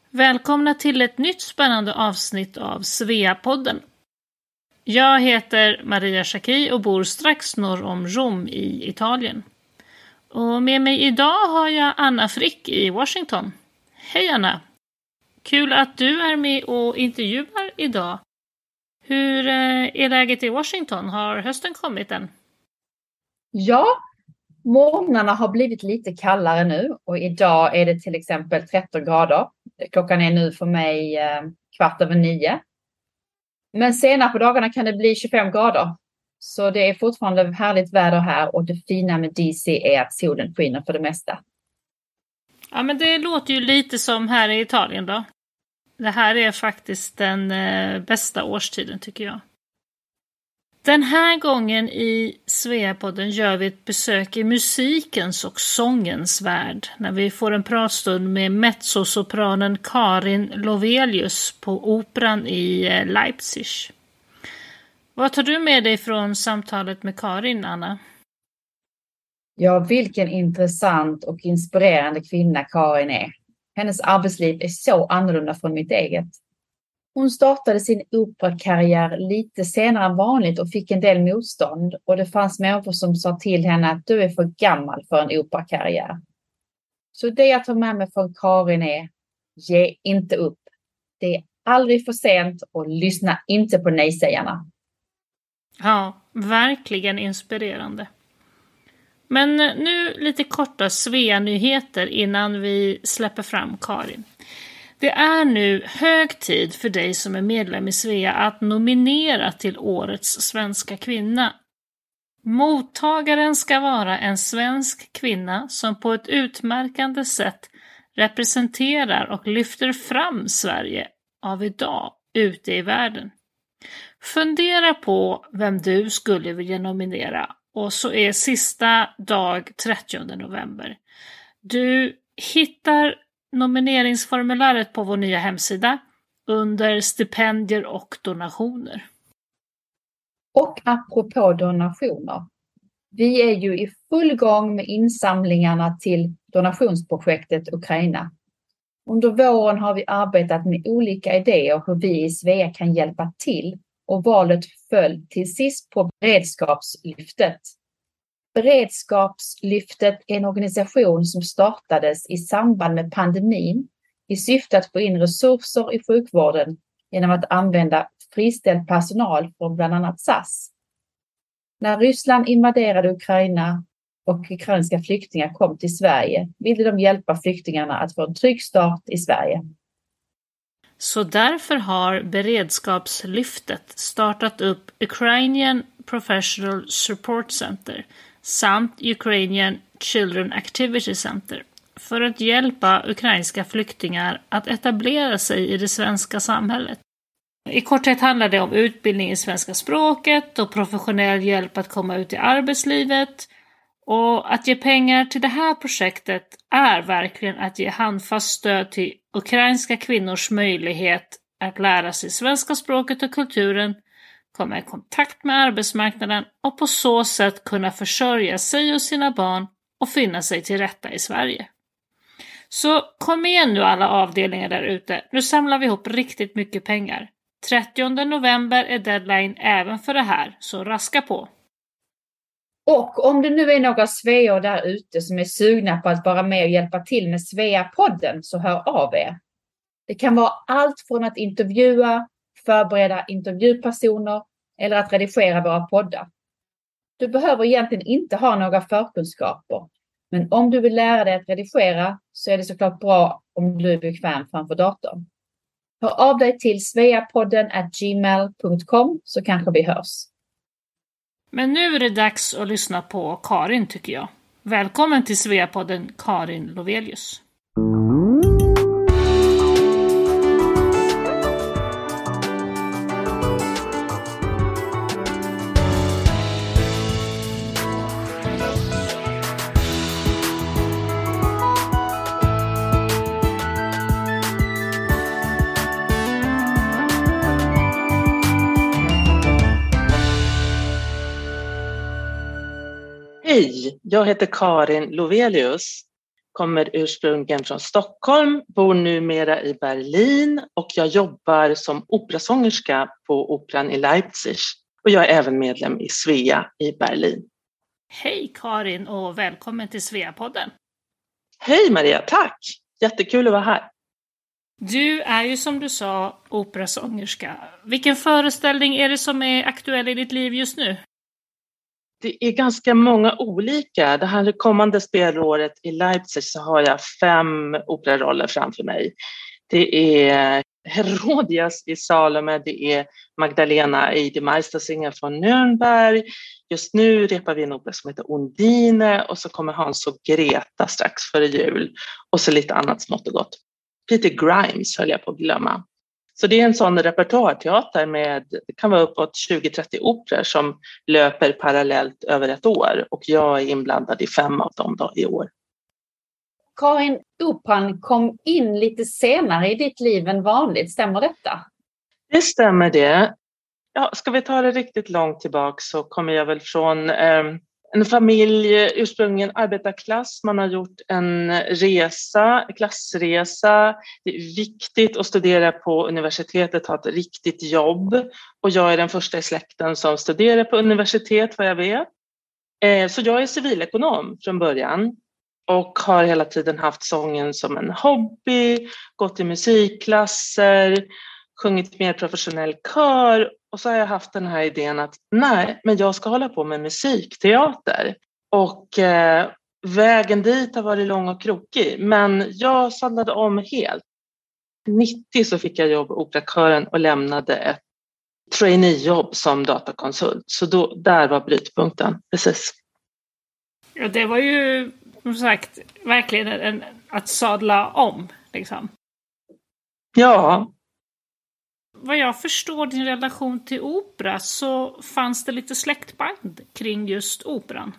Välkomna till ett nytt spännande avsnitt av Svea-podden. Jag heter Maria Schacki och bor strax norr om Rom i Italien. Och med mig idag har jag Anna Frick i Washington. Hej Anna! Kul att du är med och intervjuar idag. Hur är läget i Washington? Har hösten kommit än? Ja, morgnarna har blivit lite kallare nu och idag är det till exempel 13 grader. Klockan är nu för mig 8:15. Men senare på dagarna kan det bli 25 grader. Så det är fortfarande härligt väder här och det fina med DC är att solen skiner för det mesta. Ja, men det låter ju lite som här i Italien då. Det här är faktiskt den bästa årstiden tycker jag. Den här gången i Svea-podden gör vi ett besök i musikens och sångens värld när vi får en pratstund med mezzosopranen Karin Lovelius på operan i Leipzig. Vad tar du med dig från samtalet med Karin, Anna? Ja, vilken intressant och inspirerande kvinna Karin är. Hennes arbetsliv är så annorlunda från mitt eget. Hon startade sin operakarriär lite senare än vanligt och fick en del motstånd. Och det fanns människor som sa till henne att du är för gammal för en operakarriär. Så det jag tar med mig från Karin är: ge inte upp. Det är aldrig för sent och lyssna inte på nejsägarna. Ja, verkligen inspirerande. Men nu lite korta Svea-nyheter innan vi släpper fram Karin. Det är nu hög tid för dig som är medlem i Svea att nominera till årets svenska kvinna. Mottagaren ska vara en svensk kvinna som på ett utmärkande sätt representerar och lyfter fram Sverige av idag ute i världen. Fundera på vem du skulle vilja nominera och så är sista dag 30 november. Du hittar nomineringsformuläret på vår nya hemsida under stipendier och donationer. Och apropå donationer. Vi är ju i full gång med insamlingarna till donationsprojektet Ukraina. Under våren har vi arbetat med olika idéer hur vi i Svea kan hjälpa till och valet föll till sist på Beredskapslyftet. Beredskapslyftet är en organisation som startades i samband med pandemin i syfte att få in resurser i sjukvården genom att använda friställd personal från bland annat SAS. När Ryssland invaderade Ukraina och ukrainska flyktingar kom till Sverige ville de hjälpa flyktingarna att få en trygg start i Sverige. Så därför har Beredskapslyftet startat upp Ukrainian Professional Support Center samt Ukrainian Children Activity Center för att hjälpa ukrainska flyktingar att etablera sig i det svenska samhället. I korthet handlar det om utbildning i svenska språket och professionell hjälp att komma ut i arbetslivet. Och att ge pengar till det här projektet är verkligen att ge handfast stöd till ukrainska kvinnors möjlighet att lära sig svenska språket och kulturen, komma i kontakt med arbetsmarknaden och på så sätt kunna försörja sig och sina barn och finna sig till rätta i Sverige. Så kom igen nu alla avdelningar där ute, nu samlar vi ihop riktigt mycket pengar. 30 november är deadline även för det här, så raska på! Och om det nu är några Sveor där ute som är sugna på att vara med och hjälpa till med Svea-podden så hör av er. Det kan vara allt från att intervjua, förbereda intervjupersoner eller att redigera våra poddar. Du behöver egentligen inte ha några förkunskaper. Men om du vill lära dig att redigera så är det såklart bra om du är bekväm framför datorn. Hör av dig till sveapodden@gmail.com så kanske vi hörs. Men nu är det dags att lyssna på Karin tycker jag. Välkommen till Svea-podden Karin Lovelius. Hej, jag heter Karin Lovelius. kommer ursprungligen från Stockholm, bor numera i Berlin och jag jobbar som operasångerska på operan i Leipzig. Och jag är även medlem i Svea i Berlin. Hej Karin och välkommen till Svea-podden. Hej Maria, tack! Jättekul att vara här. Du är ju som du sa operasångerska. Vilken föreställning är det som är aktuell i ditt liv just nu? Det är ganska många olika. Det här kommande spelåret i Leipzig så har jag 5 operaroller framför mig. Det är Herodias i Salome, det är Magdalena i Die Meistersinger från Nürnberg. Just nu repar vi en opera som heter Undine och så kommer Hans och Greta strax före jul. Och så lite annat smått och gott. Peter Grimes höll jag på att glömma. Så det är en sån repertoarteater med, det kan vara uppåt 20-30 operor som löper parallellt över ett år. Och jag är inblandad i 5 av dem då i år. Karin, operan kom in lite senare i ditt liv än vanligt, stämmer detta? Det stämmer det. Ja, ska vi ta det riktigt långt tillbaka så kommer jag väl från en familj, ursprungligen arbetarklass. Man har gjort en klassresa. Det är viktigt att studera på universitetet, ha ett riktigt jobb. Och jag är den första i släkten som studerar på universitet, vad jag vet. Så jag är civilekonom från början. Och har hela tiden haft sången som en hobby, gått i musikklasser, sjungit mer professionell kör. Och så har jag haft den här idén att nej, men jag ska hålla på med musikteater. Och vägen dit har varit lång och krokig. Men jag sadlade om helt. 90 så fick jag jobb i operakören och lämnade ett traineejobb som datakonsult. Så där var brytpunkten, precis. Ja, det var ju som sagt verkligen att sadla om liksom. Ja. Vad jag förstår din relation till opera så fanns det lite släktband kring just operan.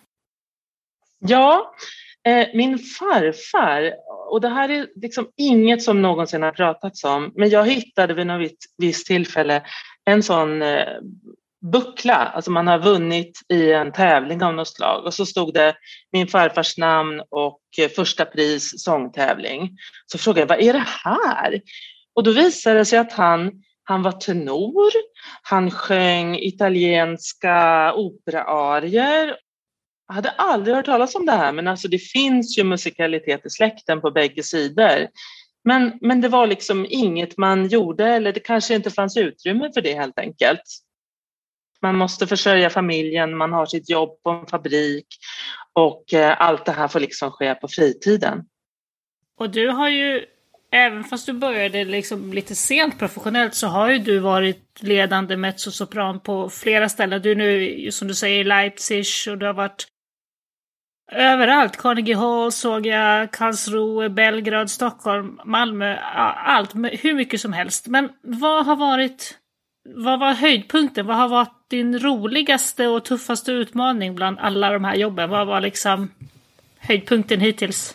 Ja, min farfar, och det här är liksom inget som någonsin har pratats om, men jag hittade vid något visst tillfälle en sån buckla, alltså man har vunnit i en tävling av något slag och så stod det min farfars namn och första pris sångtävling. Så frågade jag, vad är det här? Och då visade det sig att han var tenor, han sjöng italienska operaarier. Jag hade aldrig hört talas om det här, men alltså det finns ju musikalitet i släkten på bägge sidor. Men det var liksom inget man gjorde, eller det kanske inte fanns utrymme för det helt enkelt. Man måste försörja familjen, man har sitt jobb på en fabrik och allt det här får liksom ske på fritiden. Och du har ju, även fast du började liksom lite sent professionellt, så har ju du varit ledande mezzosopran på flera ställen. Du är nu, som du säger, i Leipzig och du har varit överallt. Carnegie Hall såg jag, Karlsruhe, Belgrad, Stockholm, Malmö, allt, hur mycket som helst. Men vad var höjdpunkten? Vad har varit din roligaste och tuffaste utmaning bland alla de här jobben? Vad var liksom höjdpunkten hittills?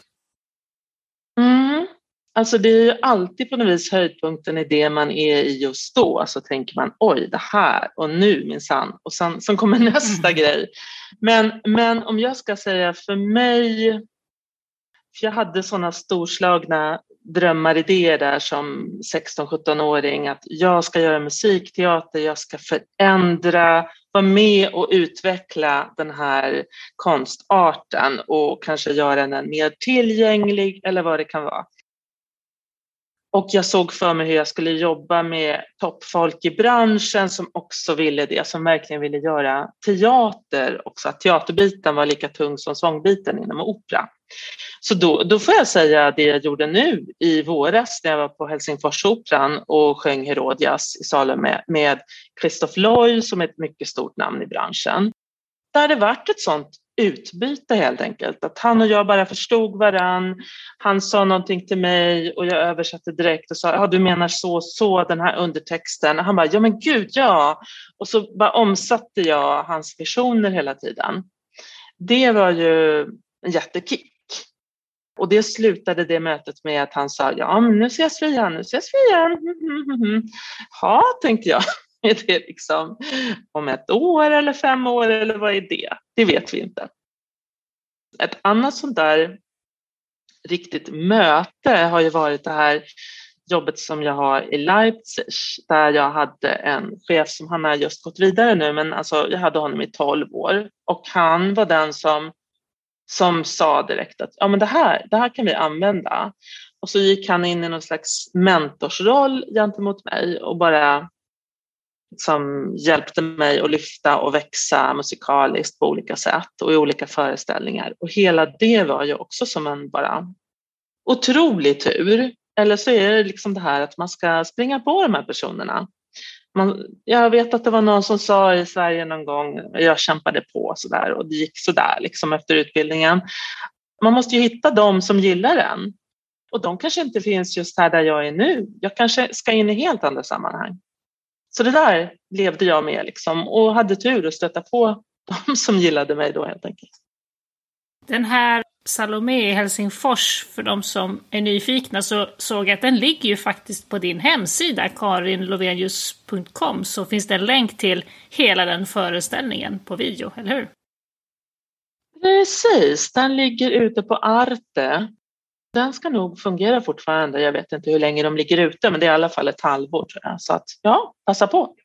Alltså det är ju alltid på något vis höjdpunkten i det man är i just då. Så tänker man, oj det här och nu minsann. Och sen kommer nästa grej. Men om jag ska säga för mig, för jag hade sådana storslagna drömmar, idéer där som 16-17-åring att jag ska göra musikteater, jag ska förändra, vara med och utveckla den här konstarten och kanske göra den mer tillgänglig eller vad det kan vara. Och jag såg för mig hur jag skulle jobba med toppfolk i branschen som också ville det, som verkligen ville göra teater också. Att teaterbiten var lika tung som sångbiten inom opera. Så då får jag säga det jag gjorde nu i våras när jag var på Helsingforsoperan och sjöng Herodias i Salome med Christoph Loy som är ett mycket stort namn i branschen. Där det varit ett sånt utbyte helt enkelt. Att han och jag bara förstod varann. Han sa någonting till mig och jag översatte direkt och sa, ja du menar så den här undertexten. Han bara, ja men gud ja. Och så bara omsatte jag hans visioner hela tiden. Det var ju en jättekick. Och det slutade det mötet med att han sa, ja men nu ses vi igen. Ja, tänkte jag. Är det liksom om 1 år eller 5 år eller vad är det? Det vet vi inte. Ett annat sånt där riktigt möte har ju varit det här jobbet som jag har i Leipzig, där jag hade en chef som han har just gått vidare nu, men alltså jag hade honom i 12 år och han var den som sa direkt att ja, men det här kan vi använda. Och så gick han in i någon slags mentorsroll gentemot mig och bara som hjälpte mig att lyfta och växa musikaliskt på olika sätt och i olika föreställningar. Och hela det var ju också som en bara otrolig tur. Eller så är det liksom det här att man ska springa på de här personerna. Jag vet att det var någon som sa i Sverige någon gång, jag kämpade på sådär och det gick sådär liksom efter utbildningen. Man måste ju hitta dem som gillar den. Och de kanske inte finns just här där jag är nu. Jag kanske ska in i helt andra sammanhang. Så det där levde jag med liksom och hade tur att stöta på de som gillade mig då helt enkelt. Den här Salome i Helsingfors, för de som är nyfikna, så såg jag att den ligger ju faktiskt på din hemsida karinlovenius.com, så finns det en länk till hela den föreställningen på video, eller hur? Precis, den ligger ute på Arte. Den ska nog fungera fortfarande. Jag vet inte hur länge de ligger ute, men det är i alla fall ett halvår tror jag. Så att ja, passa på.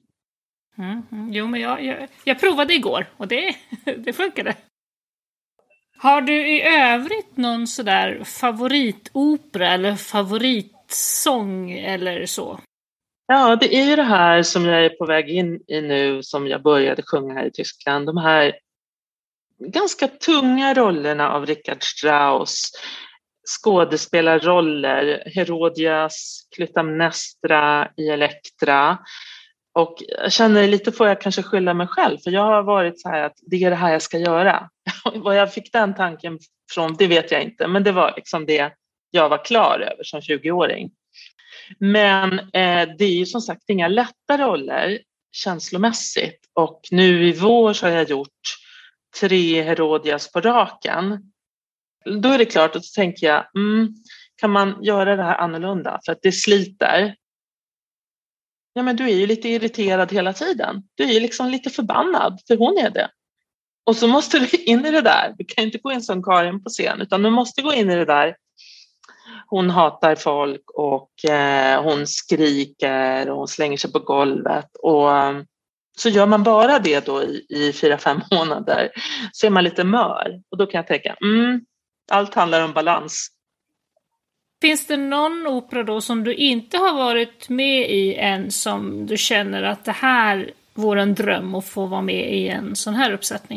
Jo, men jag provade igår och det funkade. Har du i övrigt någon sådär favoritopera eller favoritsång eller så? Ja, det är ju det här som jag är på väg in i nu, som jag började sjunga här i Tyskland. De här ganska tunga rollerna av Richard Strauss, skådespelarroller, Herodias, Clytemnestra i Elektra. Och jag känner lite får jag kanske skylla mig själv, för jag har varit så här att det är det här jag ska göra. Vad jag fick den tanken från, det vet jag inte, men det var liksom det jag var klar över som 20-åring. Men det är ju som sagt inga lätta roller känslomässigt, och nu i vår så har jag gjort 3 Herodias på raken. Då är det klart, och så tänker jag, kan man göra det här annorlunda för att det sliter? Ja, men du är ju lite irriterad hela tiden. Du är ju liksom lite förbannad, för hon är det. Och så måste du in i det där. Du kan inte gå in som Karin på scen, utan du måste gå in i det där. Hon hatar folk och hon skriker och hon slänger sig på golvet. Och så gör man bara det då i 4-5 månader, så är man lite mör. Och då kan jag tänka, allt handlar om balans. Finns det någon opera då som du inte har varit med i än, som du känner att det här vore en dröm att få vara med i en sån här uppsättning?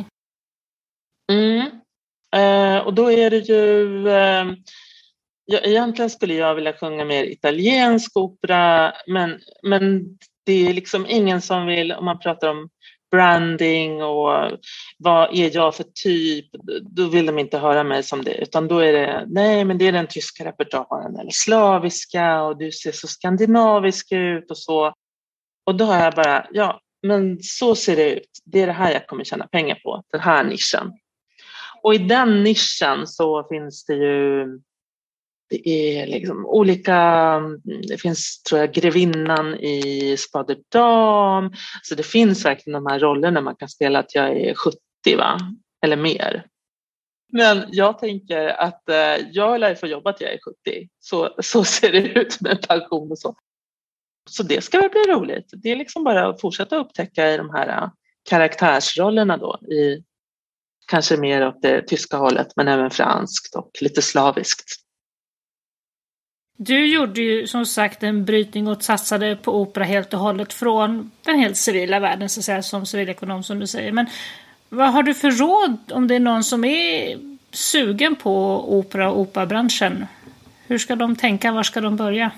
Och då är det ju... egentligen skulle jag vilja sjunga mer italiensk opera, men det är liksom ingen som vill, om man pratar om branding och vad är jag för typ, då vill de inte höra mig som det, utan då är det, nej men det är den tyska repertoaren eller slaviska och du ser så skandinavisk ut och så. Och då har jag bara, ja men så ser det ut, det är det här jag kommer tjäna pengar på, den här nischen. Och i den nischen så finns det ju, det är liksom olika, det finns tror jag Grevinnan i Spader Dam, så det finns verkligen de här rollerna man kan spela att jag är 70 va, eller mer. Men jag tänker att jag lär få jobba att jag är 70, så ser det ut med pension och så. Så det ska väl bli roligt, det är liksom bara att fortsätta upptäcka i de här karaktärsrollerna då, i kanske mer åt det tyska hållet men även franskt och lite slaviskt. Du gjorde ju som sagt en brytning och satsade på opera helt och hållet från den helt civila världen, så att säga, som civilekonom som du säger. Men vad har du för råd om det är någon som är sugen på opera och operabranschen? Hur ska de tänka? Var ska de börja?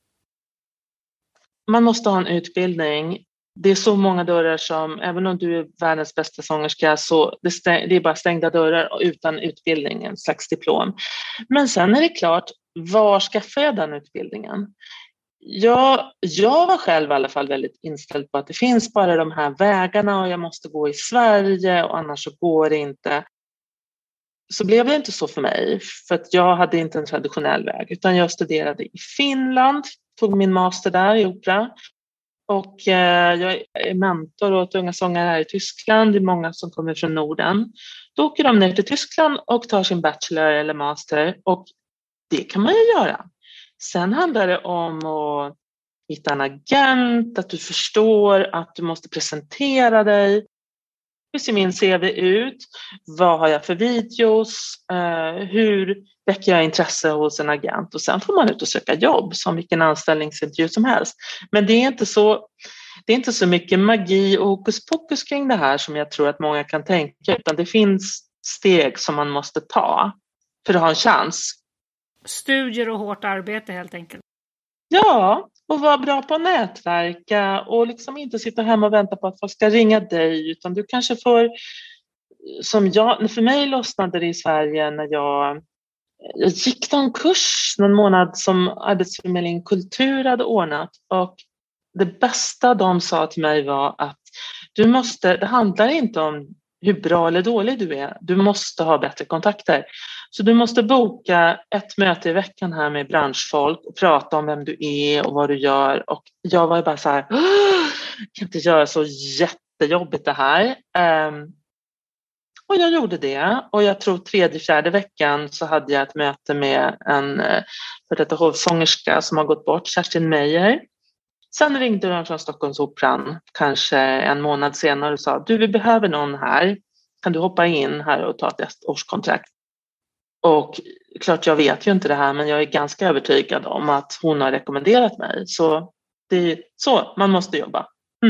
Man måste ha en utbildning. Det är så många dörrar som, även om du är världens bästa sångerska, så det är bara stängda dörrar utan utbildning, en slags diplom. Men sen är det klart, var skaffar jag den utbildningen? Jag var själv i alla fall väldigt inställd på att det finns bara de här vägarna och jag måste gå i Sverige och annars så går det inte. Så blev det inte så för mig, för att jag hade inte en traditionell väg, utan jag studerade i Finland, tog min master där i opera. Och jag är mentor åt unga sångare här i Tyskland. Det är många som kommer från Norden. Då åker de ner till Tyskland och tar sin bachelor eller master. Och det kan man ju göra. Sen handlar det om att hitta en agent, att du förstår att du måste presentera dig. Hur ser min CV ut? Vad har jag för videos? Hur väcker jag intresse hos en agent? Och sen får man ut och söka jobb som vilken anställningsintervju som helst. Men det är inte så mycket magi och hokus pokus kring det här som jag tror att många kan tänka, utan det finns steg som man måste ta för att ha en chans. Studier och hårt arbete helt enkelt. Ja, och vara bra på att nätverka och liksom inte sitta hemma och vänta på att folk ska ringa dig, utan du kanske får, för mig lossnade det i Sverige när jag gick någon kurs någon månad som Arbetsförmedlingen Kultur hade ordnat, och det bästa de sa till mig var att det handlar inte om hur bra eller dålig du är, du måste ha bättre kontakter. Så du måste boka ett möte i veckan här med branschfolk och prata om vem du är och vad du gör. Och jag var ju bara så här, jag kan inte göra så jättejobbigt det här. Och jag gjorde det, och jag tror 3:e, 4:e veckan så hade jag ett möte med en för detta hovsångerska som har gått bort, Kerstin Meijer. Sen ringde de från Stockholmsoperan kanske en månad senare och sa, vi behöver någon här. Kan du hoppa in här och ta ett årskontrakt? Och klart jag vet ju inte det här, men jag är ganska övertygad om att hon har rekommenderat mig. Så det är så man måste jobba.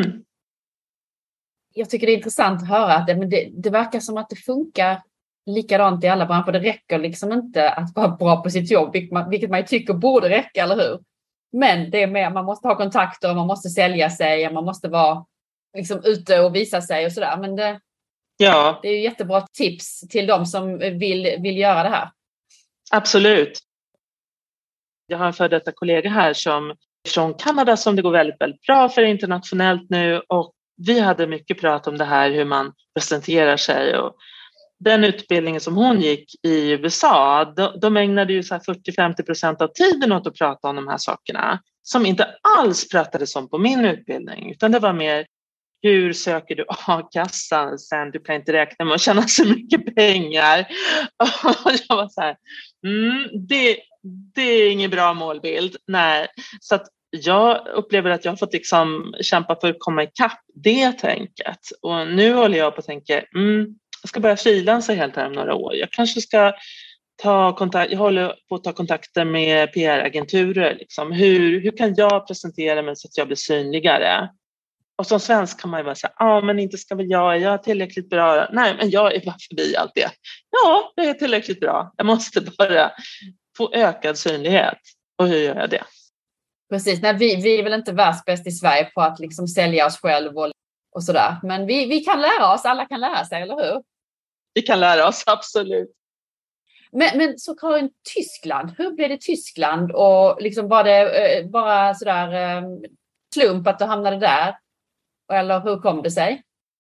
Jag tycker det är intressant att höra att det verkar som att det funkar likadant i alla branscher. Det räcker liksom inte att vara bra på sitt jobb, vilket man ju tycker borde räcka, eller hur? Men det är mer, man måste ha kontakter, man måste sälja sig, man måste vara liksom ute och visa sig och sådär. Men det är ju jättebra tips till de som vill göra det här. Absolut. Jag har en före detta kollega här som från Kanada som det går väldigt, väldigt bra för internationellt nu, och vi hade mycket prat om det här hur man presenterar sig, och den utbildningen som hon gick i USA, de ägnade ju så här 40-50% av tiden åt att prata om de här sakerna som inte alls pratades om på min utbildning, utan det var mer hur söker du a-kassan sen, du kan inte räkna med att tjäna så mycket pengar. Och jag var så här, det är ingen bra målbild. Nej, så att jag upplever att jag har fått liksom kämpa för att komma ikapp det tänket. Och nu håller jag på att tänka, jag ska börja frilansa helt här om några år. Jag kanske ska jag håller på att ta kontakter med PR-agenturer. Liksom. Hur kan jag presentera mig så att jag blir synligare? Och som svensk kan man ju bara säga, men inte ska väl jag är tillräckligt bra? Nej, men jag är bara förbi allt det. Ja, jag är tillräckligt bra. Jag måste bara få ökad synlighet. Och hur gör jag det? Precis, nej, vi är väl inte världsbäst i Sverige på att liksom sälja oss själv och sådär. Men vi kan lära oss, alla kan lära sig, eller hur? Vi kan lära oss, absolut. Men så Karin, Tyskland, hur blev det Tyskland? Och liksom var det bara sådär slump att du hamnade där? Eller hur kom det sig?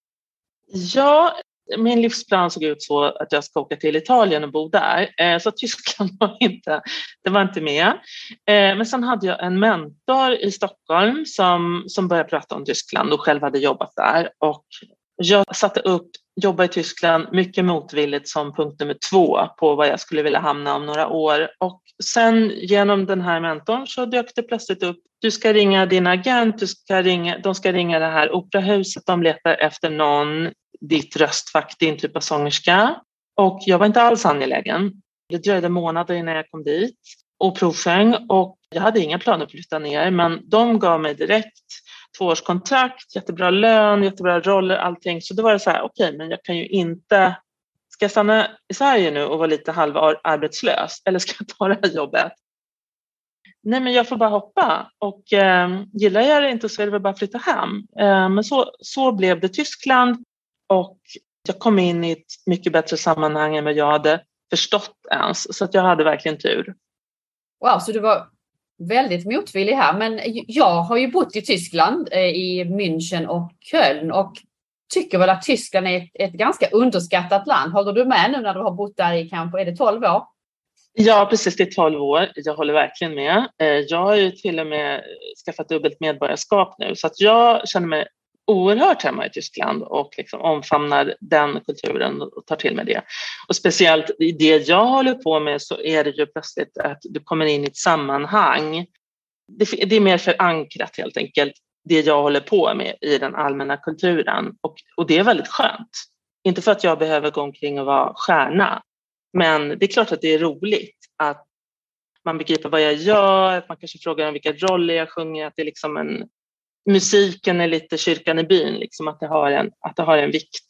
Ja, min livsplan såg ut så att jag ska åka till Italien och bo där. Så Tyskland var inte med. Men sen hade jag en mentor i Stockholm som började prata om Tyskland och själv hade jobbat där. Och jag satte upp jobba i Tyskland mycket motvilligt som punkt nummer 2 på vad jag skulle vilja hamna om några år. Och sen genom den här mentorn så dök det plötsligt upp. Du ska ringa din agent, de ska ringa det här operahuset, de letar efter någon, ditt röstfack, din typ av sångerska. Och jag var inte alls angelägen. Det dröjde månader innan jag kom dit och provsjöng, och jag hade inga planer på att flytta ner, men de gav mig direkt 2-årskontrakt, jättebra lön, jättebra roller, allting. Så då var det så här, okej, men jag kan ju inte, ska jag stanna i Sverige nu och vara lite halvarbetslös, eller ska jag ta det här jobbet? Nej, men jag får bara hoppa, och gillar jag det inte så är det väl bara att flytta hem. Men så blev det Tyskland, och jag kom in i ett mycket bättre sammanhang än vad jag hade förstått ens, så att jag hade verkligen tur. Wow, så du var väldigt motvillig här, men jag har ju bott i Tyskland, i München och Köln, och tycker väl att Tyskland är ett ganska underskattat land. Håller du med nu när du har bott där i kanske, är det 12 år? Ja, precis, det är 12 år. Jag håller verkligen med. Jag har ju till och med skaffat dubbelt medborgarskap nu, så att jag känner mig oerhört hemma i Tyskland och liksom omfamnar den kulturen och tar till med det. Och speciellt i det jag håller på med så är det ju plötsligt att du kommer in i ett sammanhang. Det är mer förankrat helt enkelt, det jag håller på med i den allmänna kulturen. Och det är väldigt skönt. Inte för att jag behöver gå omkring och vara stjärna, men det är klart att det är roligt att man begriper vad jag gör, att man kanske frågar om vilka roller jag sjunger, att det är liksom musiken är lite kyrkan i byn, liksom att det har en vikt.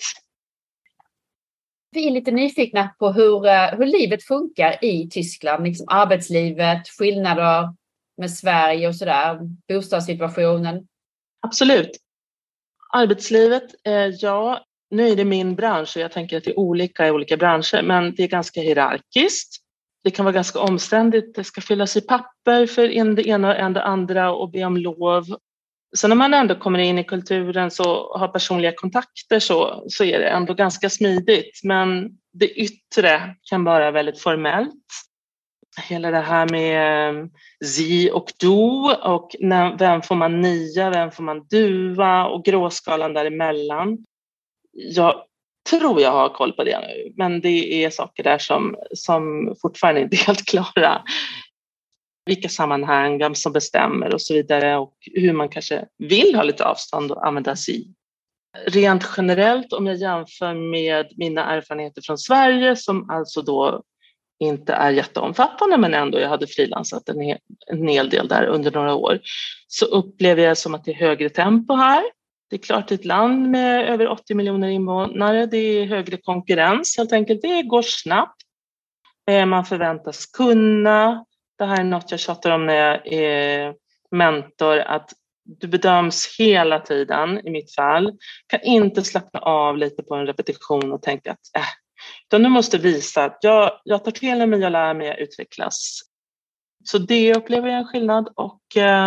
Vi är lite nyfikna på hur livet funkar i Tyskland, liksom arbetslivet, skillnader med Sverige och sådär, bostadssituationen. Absolut. Arbetslivet, ja, nu är det min bransch och jag tänker att det är olika i olika branscher, men det är ganska hierarkiskt. Det kan vara ganska omständigt, det ska fyllas i papper för det ena och det andra och be om lov. Så när man ändå kommer in i kulturen så har personliga kontakter så är det ändå ganska smidigt. Men det yttre kan vara väldigt formellt. Hela det här med sie och du och vem får man nia, vem får man dua och gråskalan däremellan. Jag tror jag har koll på det nu, men det är saker där som fortfarande inte är helt klara. Vilka sammanhang, vem som bestämmer och så vidare och hur man kanske vill ha lite avstånd och använda sig. Rent generellt om jag jämför med mina erfarenheter från Sverige som alltså då inte är jätteomfattande men ändå jag hade frilansat en hel del där under några år så upplever jag som att det är högre tempo här. Det är klart ett land med över 80 miljoner invånare, det är högre konkurrens helt enkelt, det går snabbt. Man förväntas kunna. Det här är något jag tjatar om när jag är mentor, att du bedöms hela tiden i mitt fall. Kan inte slappna av lite på en repetition och tänka att utan du måste visa att jag tar till mig, jag lär mig, jag utvecklas. Så det upplever jag en skillnad och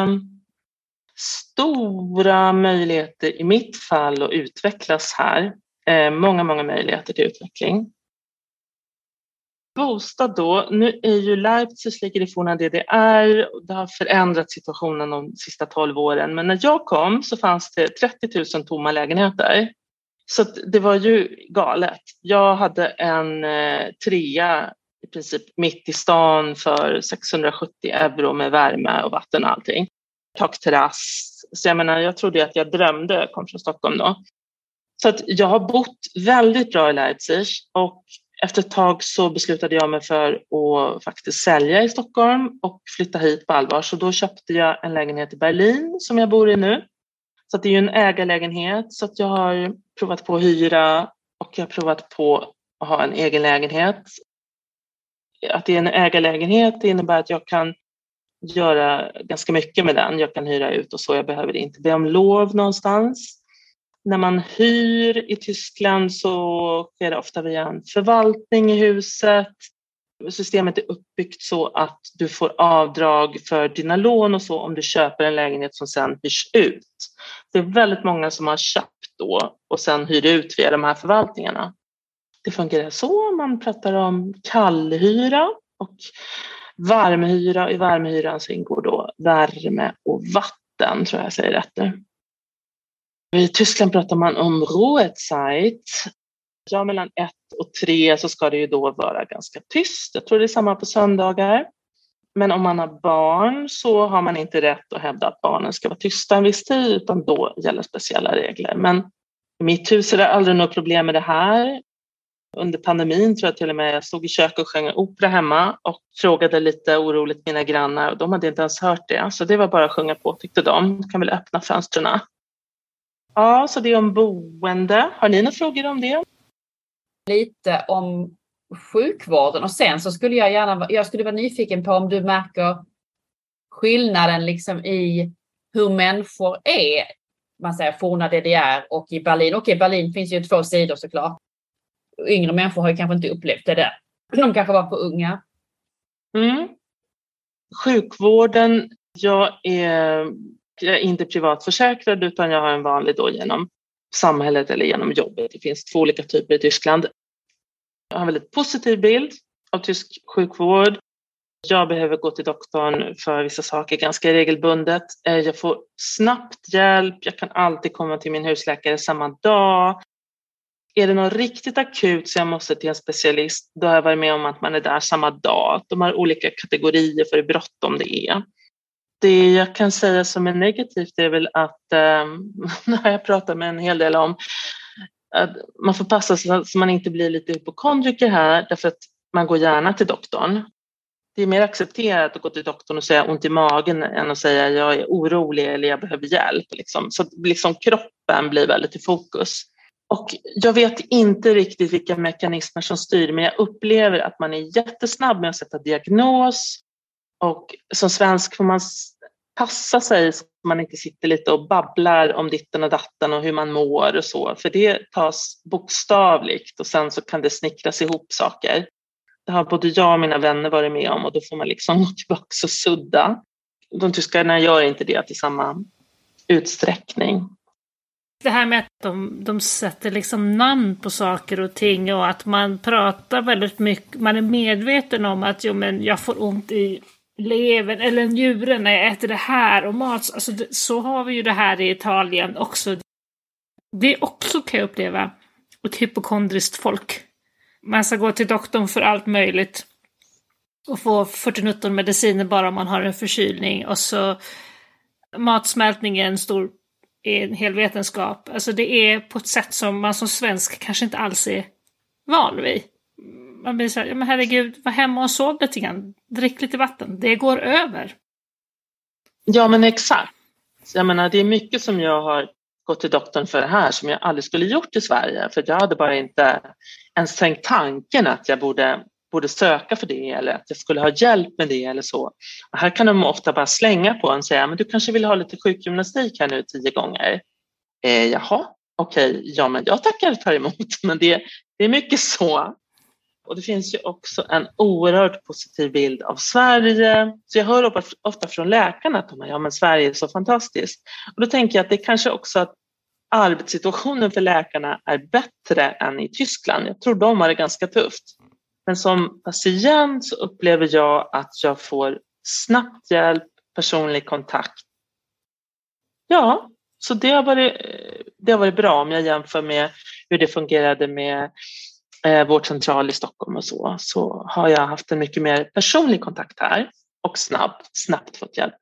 stora möjligheter i mitt fall att utvecklas här. Många möjligheter till utveckling. Bostad då, nu är ju Leipzig ligger i forna DDR och det har förändrat situationen de sista 12 åren. Men när jag kom så fanns det 30 000 tomma lägenheter. Så det var ju galet. Jag hade en trea i princip mitt i stan för 670 euro med värme och vatten och allting. Takterrass. Så jag menar, jag trodde att jag drömde, jag kom från Stockholm då. Så att jag har bott väldigt bra i Leipzig och efter ett tag så beslutade jag mig för att faktiskt sälja i Stockholm och flytta hit på allvar. Så då köpte jag en lägenhet i Berlin som jag bor i nu. Så det är ju en ägarlägenhet så att jag har provat på att hyra och jag har provat på att ha en egen lägenhet. Att det är en ägarlägenhet det innebär att jag kan göra ganska mycket med den. Jag kan hyra ut och så, jag behöver inte be om lov någonstans. När man hyr i Tyskland så sker det ofta via en förvaltning i huset. Systemet är uppbyggt så att du får avdrag för dina lån och så om du köper en lägenhet som sen hyrs ut. Det är väldigt många som har köpt då och sen hyr ut via de här förvaltningarna. Det fungerar så, man pratar om kallhyra och varmhyra. I varmhyran så ingår då värme och vatten, tror jag säger rätt nu. I Tyskland pratar man om Ruhezeit. Ja, mellan 1 och 3 så ska det ju då vara ganska tyst. Jag tror det är samma på söndagar. Men om man har barn så har man inte rätt att hävda att barnen ska vara tysta en viss tid utan då gäller speciella regler. Men i mitt hus är det aldrig något problem med det här. Under pandemin tror jag till och med jag stod i köket och sjöng opera hemma och frågade lite oroligt mina grannar och de hade inte ens hört det. Så det var bara att sjunga på, tyckte de. Kan väl öppna fönstren. Ja, så det är om boende. Har ni några frågor om det? Lite om sjukvården och sen så skulle jag skulle vara nyfiken på om du märker skillnaden liksom i hur människor är, man säger forna DDR och i Berlin. Och i Berlin finns ju 2 sidor såklart. Yngre människor har ju kanske inte upplevt det där. De kanske var för unga. Sjukvården, jag är inte privatförsäkrad utan jag har en vanlig då genom samhället eller genom jobbet. Det finns 2 olika typer i Tyskland. Jag har en väldigt positiv bild av tysk sjukvård. Jag behöver gå till doktorn för vissa saker ganska regelbundet. Jag får snabbt hjälp. Jag kan alltid komma till min husläkare samma dag. Är det något riktigt akut så jag måste till en specialist, då har jag varit med om att man är där samma dag. De har olika kategorier för hur bråttom det är. Det jag kan säga som är negativt är väl att, när jag pratar med en hel del om, att man får passa sig så man inte blir lite hypokondriker här, därför att man går gärna till doktorn. Det är mer accepterat att gå till doktorn och säga ont i magen än att säga jag är orolig eller jag behöver hjälp. Liksom. Så liksom kroppen blir väldigt i fokus. Och jag vet inte riktigt vilka mekanismer som styr, men jag upplever att man är jättesnabb med att sätta diagnos. Och som svensk får man passa sig så man inte sitter lite och babblar om ditten och datten och hur man mår och så. För det tas bokstavligt och sen så kan det snickras ihop saker. Det har både jag och mina vänner varit med om och då får man liksom gå tillbaka och sudda. De tyskarna gör inte det i samma utsträckning. Det här med att de sätter liksom namn på saker och ting och att man pratar väldigt mycket. Man är medveten om att jag får ont i levern eller njuren när jag äter det här och mat. Alltså så har vi ju det här i Italien också. Det är också, kan jag uppleva, ett hypokondriskt folk. Man ska gå till doktorn för allt möjligt och få 40-19 mediciner bara om man har en förkylning. Och så matsmältning är en hel vetenskap. Alltså det är på ett sätt som man som svensk kanske inte alls är van vid. Man blir så här, men herregud, var hemma och sov lite grann. Drick lite vatten. Det går över. Ja, men exakt. Jag menar, det är mycket som jag har gått till doktorn för det här som jag aldrig skulle gjort i Sverige. För jag hade bara inte ens tänkt tanken att jag borde söka för det eller att jag skulle ha hjälp med det eller så. Och här kan de ofta bara slänga på en och säga, men du kanske vill ha lite sjukgymnastik här nu 10 gånger. Jaha, okej, ja men jag tackar och tar emot. Men det är mycket så. Och det finns ju också en oerhört positiv bild av Sverige. Så jag hör ofta från läkarna att ja men Sverige är så fantastiskt. Och då tänker jag att det är kanske också att arbetssituationen för läkarna är bättre än i Tyskland. Jag tror de har det ganska tufft. Men som patient så upplever jag att jag får snabbt hjälp, personlig kontakt. Ja, så det har varit bra om jag jämför med hur det fungerade med vårdcentral i Stockholm och så har jag haft en mycket mer personlig kontakt här och snabbt fått hjälp.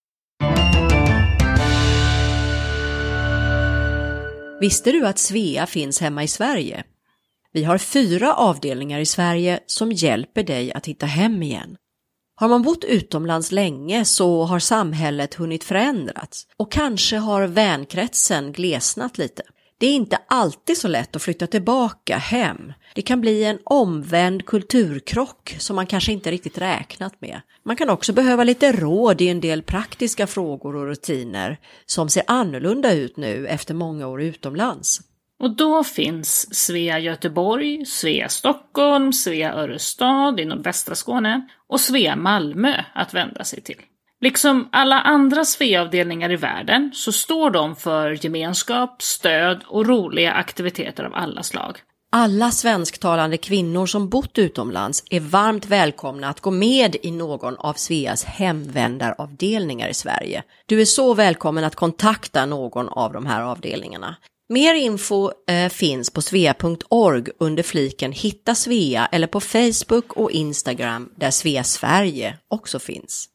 Visste du att Svea finns hemma i Sverige? Vi har 4 avdelningar i Sverige som hjälper dig att hitta hem igen. Har man bott utomlands länge så har samhället hunnit förändrats och kanske har vänkretsen glesnat lite. Det är inte alltid så lätt att flytta tillbaka hem. Det kan bli en omvänd kulturkrock som man kanske inte riktigt räknat med. Man kan också behöva lite råd i en del praktiska frågor och rutiner som ser annorlunda ut nu efter många år utomlands. Och då finns Svea Göteborg, Svea Stockholm, Svea Örestad i nordvästra Skåne och Svea Malmö att vända sig till. Liksom alla andra Svea-avdelningar i världen så står de för gemenskap, stöd och roliga aktiviteter av alla slag. Alla svensktalande kvinnor som bott utomlands är varmt välkomna att gå med i någon av Sveas hemvändaravdelningar i Sverige. Du är så välkommen att kontakta någon av de här avdelningarna. Mer info finns på svea.org under fliken Hitta Svea eller på Facebook och Instagram där Svea Sverige också finns.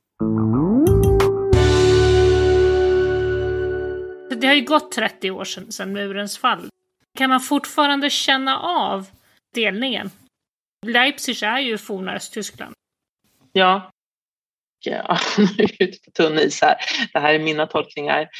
Det har ju gått 30 år sedan murens fall. Kan man fortfarande känna av delningen? Leipzig är ju forna Östtyskland. Ja, nu är jag ute på tunn is här. Det här är mina tolkningar.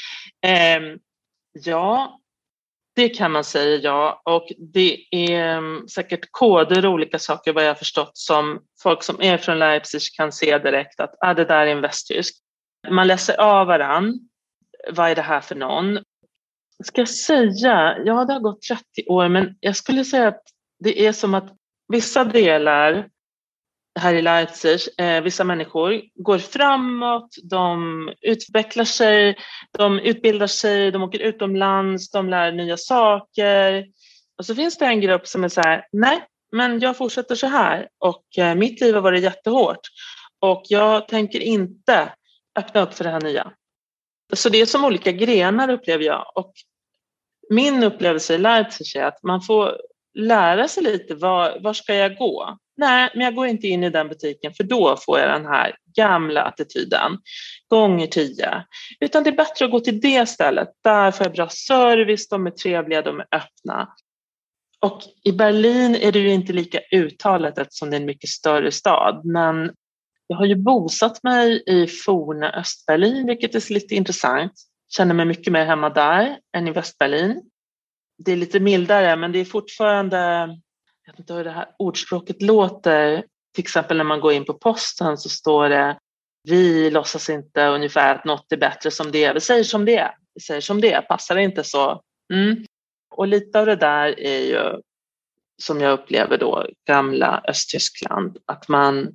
Ja, det kan man säga, ja. Och det är säkert koder och olika saker vad jag har förstått som folk som är från Leipzig kan se direkt att det där är en västtysk. Man läser av varann. Vad är det här för någon? Ska jag säga, ja det har gått 30 år men jag skulle säga att det är som att vissa delar här i Leipzig, vissa människor går framåt, de utvecklar sig, de utbildar sig, de åker utomlands, de lär nya saker. Och så finns det en grupp som är så här, nej men jag fortsätter så här och mitt liv har varit jättehårt. Och jag tänker inte öppna upp för det här nya. Så det är som olika grenar upplever jag. Och min upplevelse i Leipzig är att man får lära sig lite, var ska jag gå? Nej, men jag går inte in i den butiken för då får jag den här gamla attityden gånger 10. Utan det är bättre att gå till det stället. Där får jag bra service, de är trevliga, de är öppna. Och i Berlin är det ju inte lika uttalat eftersom det är en mycket större stad. Men jag har ju bosatt mig i forna Östberlin, vilket är lite intressant. Känner mig mycket mer hemma där än i Västberlin. Det är lite mildare, men det är fortfarande, jag vet inte hur det här ordspråket låter. Till exempel när man går in på posten så står det, vi låtsas inte ungefär att något är bättre som det är. Vi säger som det är. Vi säger som det är. Passar det inte så? Och lite av det där är ju, som jag upplever då, gamla Östtyskland. Att man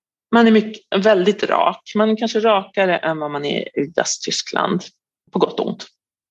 är väldigt rak. Man är kanske rakare än vad man är i Västtyskland. På gott och ont.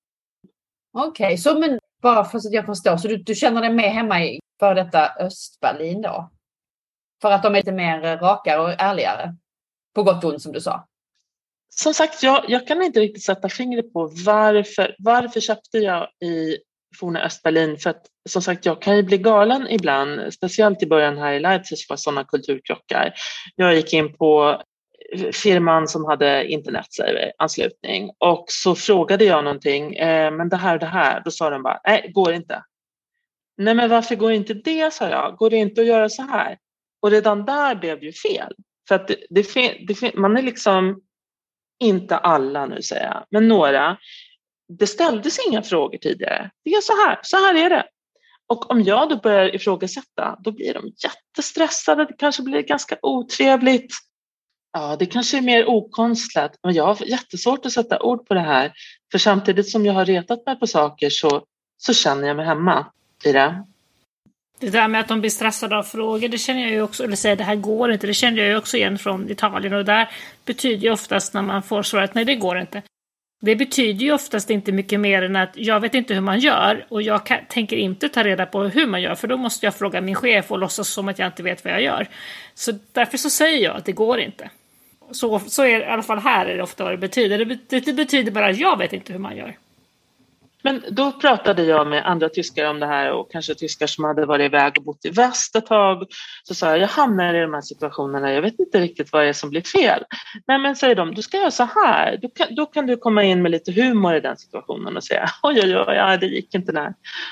Okej, så men bara för att jag förstår. Så du känner dig mer hemma i för detta Östberlin då? För att de är lite mer rakare och ärligare? På gott och ont som du sa. Som sagt, jag kan inte riktigt sätta fingret på varför köpte jag i forna Östberlin. För att som sagt, jag kan ju bli galen ibland. Speciellt i början här i Leipzig för sådana kulturkrockar. Jag gick in på firman som hade internetanslutning och så frågade jag någonting, men det här, då sa de bara, nej, går inte. Nej, men varför går inte det, sa jag. Går det inte att göra så här? Och redan där blev ju fel. För att man är liksom, inte alla nu säger jag, men några, det ställdes inga frågor tidigare. Det är så här är det. Och om jag då börjar ifrågasätta, då blir de jättestressade, det kanske blir ganska otrevligt. Ja, det kanske är mer okonstlat, men jag har jättesvårt att sätta ord på det här. För samtidigt som jag har retat mig på saker så känner jag mig hemma i det. Det där med att de blir stressade av frågor, det känner jag ju också, eller säger det här går inte, det känner jag ju också igen från Italien. Och där betyder ju oftast när man får svaret, nej det går inte. Det betyder ju oftast inte mycket mer än att jag vet inte hur man gör och jag tänker inte ta reda på hur man gör, för då måste jag fråga min chef och låtsas som att jag inte vet vad jag gör. Så därför så säger jag att det går inte. Så är det, i alla fall här är det ofta vad det betyder. Det betyder bara att jag vet inte hur man gör. Men då pratade jag med andra tyskar om det här och kanske tyskar som hade varit iväg och bott i väst ett tag. Så sa jag hamnar i de här situationerna, jag vet inte riktigt vad det är som blir fel. Nej, men säger de, du ska göra så här. Då kan du komma in med lite humor i den situationen och säga, oj, det gick inte där.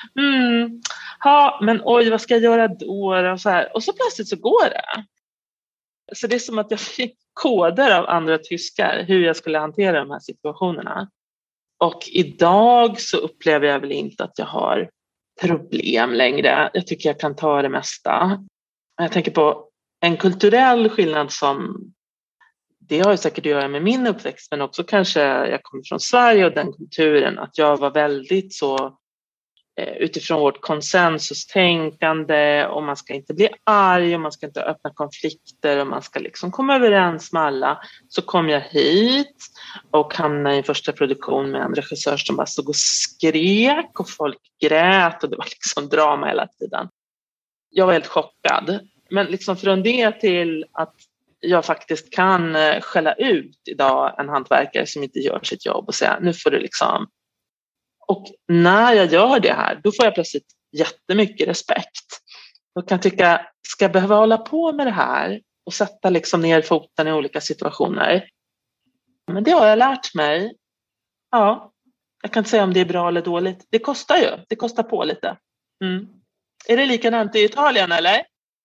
Ja, men oj, vad ska jag göra då? Och så här. Och så plötsligt så går det. Så det är som att jag fick koder av andra tyskar hur jag skulle hantera de här situationerna. Och idag så upplever jag väl inte att jag har problem längre. Jag tycker jag kan ta det mesta. Jag tänker på en kulturell skillnad som, det har ju säkert att göra med min uppväxt, men också kanske jag kommer från Sverige och den kulturen, att jag var väldigt så utifrån vårt konsensustänkande och man ska inte bli arg och man ska inte öppna konflikter och man ska liksom komma överens med alla. Så kom jag hit och hamnade i en första produktion med en regissör som bara stod och skrek och folk grät och det var liksom drama hela tiden. Jag var helt chockad. Men liksom från det till att jag faktiskt kan skälla ut idag en hantverkare som inte gör sitt jobb och säga nu får du liksom. Och när jag gör det här, då får jag plötsligt jättemycket respekt. Jag kan tycka, ska jag behöva hålla på med det här och sätta liksom ner foten i olika situationer? Men det har jag lärt mig. Ja, jag kan inte säga om det är bra eller dåligt. Det kostar ju, det kostar på lite. Är det likadant i Italien eller?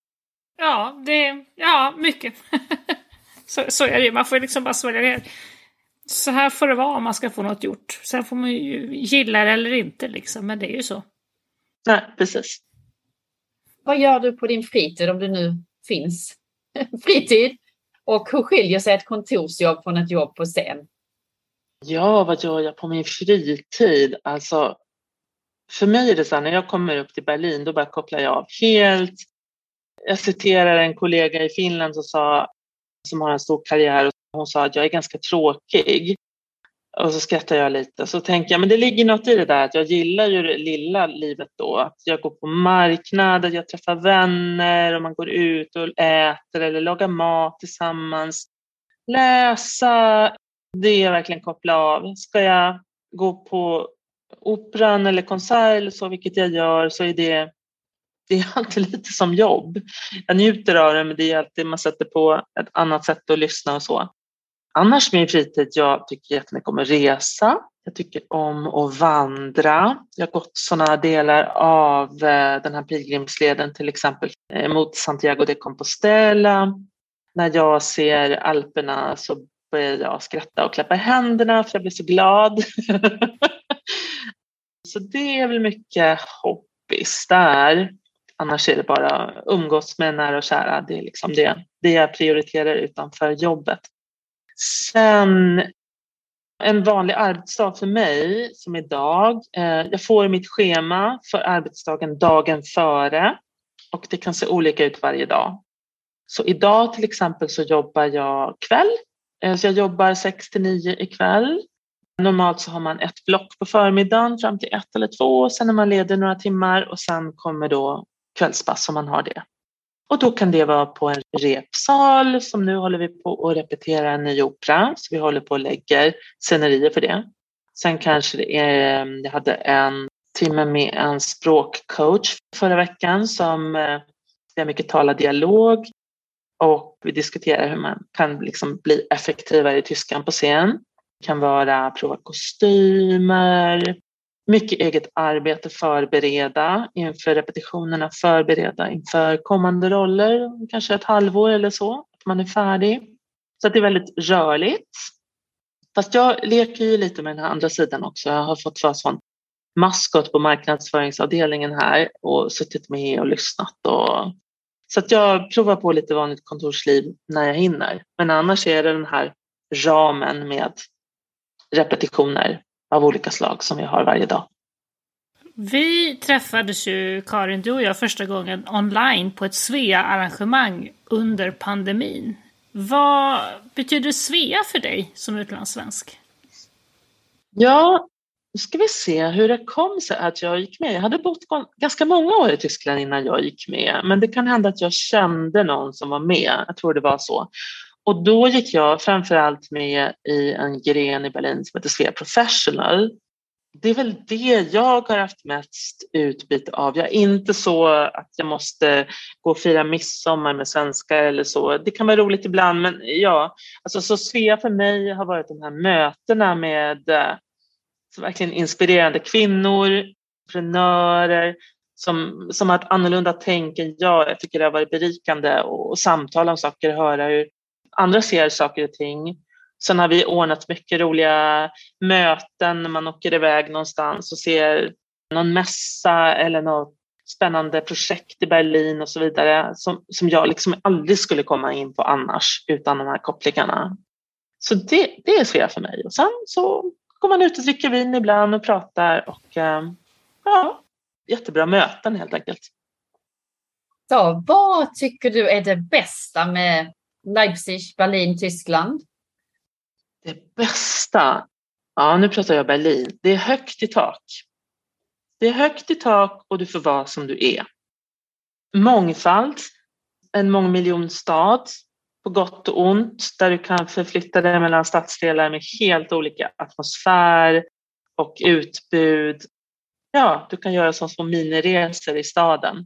Ja, mycket. så är det, man får liksom bara svälja det. Så här får det vara om man ska få något gjort. Sen får man ju gilla det eller inte liksom, men det är ju så. Nej, precis. Vad gör du på din fritid om det nu finns fritid? Och hur skiljer sig ett kontorsjobb från ett jobb på scen? Ja, vad gör jag på min fritid? Alltså, för mig är det så här, när jag kommer upp till Berlin, då bara kopplar jag av helt. Jag citerar en kollega i Finland som har en stor karriär och hon sa att jag är ganska tråkig. Och så skrattar jag lite. Så tänker jag, men det ligger något i det där att jag gillar ju det lilla livet då. Att jag går på marknader, jag träffar vänner och man går ut och äter eller lagar mat tillsammans. läsa, det är verkligen koppla av. Ska jag gå på operan eller konsert eller så, vilket jag gör, så är det är alltid lite som jobb. Jag njuter av det, men det är alltid man sätter på ett annat sätt att lyssna och så. Annars min fritid, jag tycker jättemycket om att resa. Jag tycker om att vandra. Jag har gått sådana delar av den här pilgrimsleden, till exempel mot Santiago de Compostela. När jag ser Alperna så börjar jag skratta och klappa i händerna för jag blir så glad. Så det är väl mycket hobbies där. Annars är det bara umgås med nära och kära. Det är liksom det jag prioriterar utanför jobbet. Sen en vanlig arbetsdag för mig som idag. Jag får mitt schema för arbetsdagen dagen före. Och det kan se olika ut varje dag. Så idag till exempel så jobbar jag kväll. Så jag jobbar 6-9 ikväll. Normalt så har man ett block på förmiddagen fram till 1 eller 2. Sen är man ledig några timmar och sen kommer då kvällspass om man har det. Och då kan det vara på en repsal, som nu håller vi på att repetera en ny opera. Så vi håller på och lägger scenerier för det. Sen kanske jag hade en timme med en språkcoach förra veckan som vi har mycket talad dialog. Och vi diskuterar hur man kan liksom bli effektivare i tyskan på scen. Det kan vara prova kostymer, mycket eget arbete, förbereda inför repetitionerna, förbereda inför kommande roller, kanske ett halvår eller så, att man är färdig. Så att det är väldigt rörligt. Fast jag leker ju lite med den här andra sidan också. Jag har fått vara sån maskot på marknadsföringsavdelningen här och suttit med och lyssnat. Så att jag provar på lite vanligt kontorsliv när jag hinner. Men annars är det den här ramen med repetitioner av olika slag som jag har varje dag. Vi träffades ju, Karin, du och jag, första gången online på ett Svea-arrangemang under pandemin. Vad betyder Svea för dig som utlandssvensk? Ja, nu ska vi se hur det kom sig att jag gick med. Jag hade bott ganska många år i Tyskland innan jag gick med. Men det kan hända att jag kände någon som var med. Jag tror det var så. Och då gick jag framförallt med i en gren i Berlin som heter Svea Professional. Det är väl det jag har haft mest utbyte av. Jag är inte så att jag måste gå och fira midsommar med svenskar eller så. Det kan vara roligt ibland, men ja. Alltså, så Svea för mig har varit de här mötena med verkligen inspirerande kvinnor, entreprenörer som har ett annorlunda tänk än jag. Jag tycker det har varit berikande och samtala om saker, höra hur andra ser saker och ting. Sen har vi ordnat mycket roliga möten när man åker iväg någonstans och ser någon mässa eller något spännande projekt i Berlin och så vidare som jag liksom aldrig skulle komma in på annars utan de här kopplingarna. Så det är Svea för mig. Och sen så går man ut och dricker vin ibland och pratar och ja, jättebra möten helt enkelt. Så vad tycker du är det bästa med Leipzig, Berlin, Tyskland? Det bästa? Ja, nu pratar jag Berlin. Det är högt i tak. Det är högt i tak och du får vara som du är. Mångfald. En mångmiljonstad. På gott och ont. Där du kan förflytta dig mellan stadsdelar med helt olika atmosfär och utbud. Ja, du kan göra som små miniresor i staden.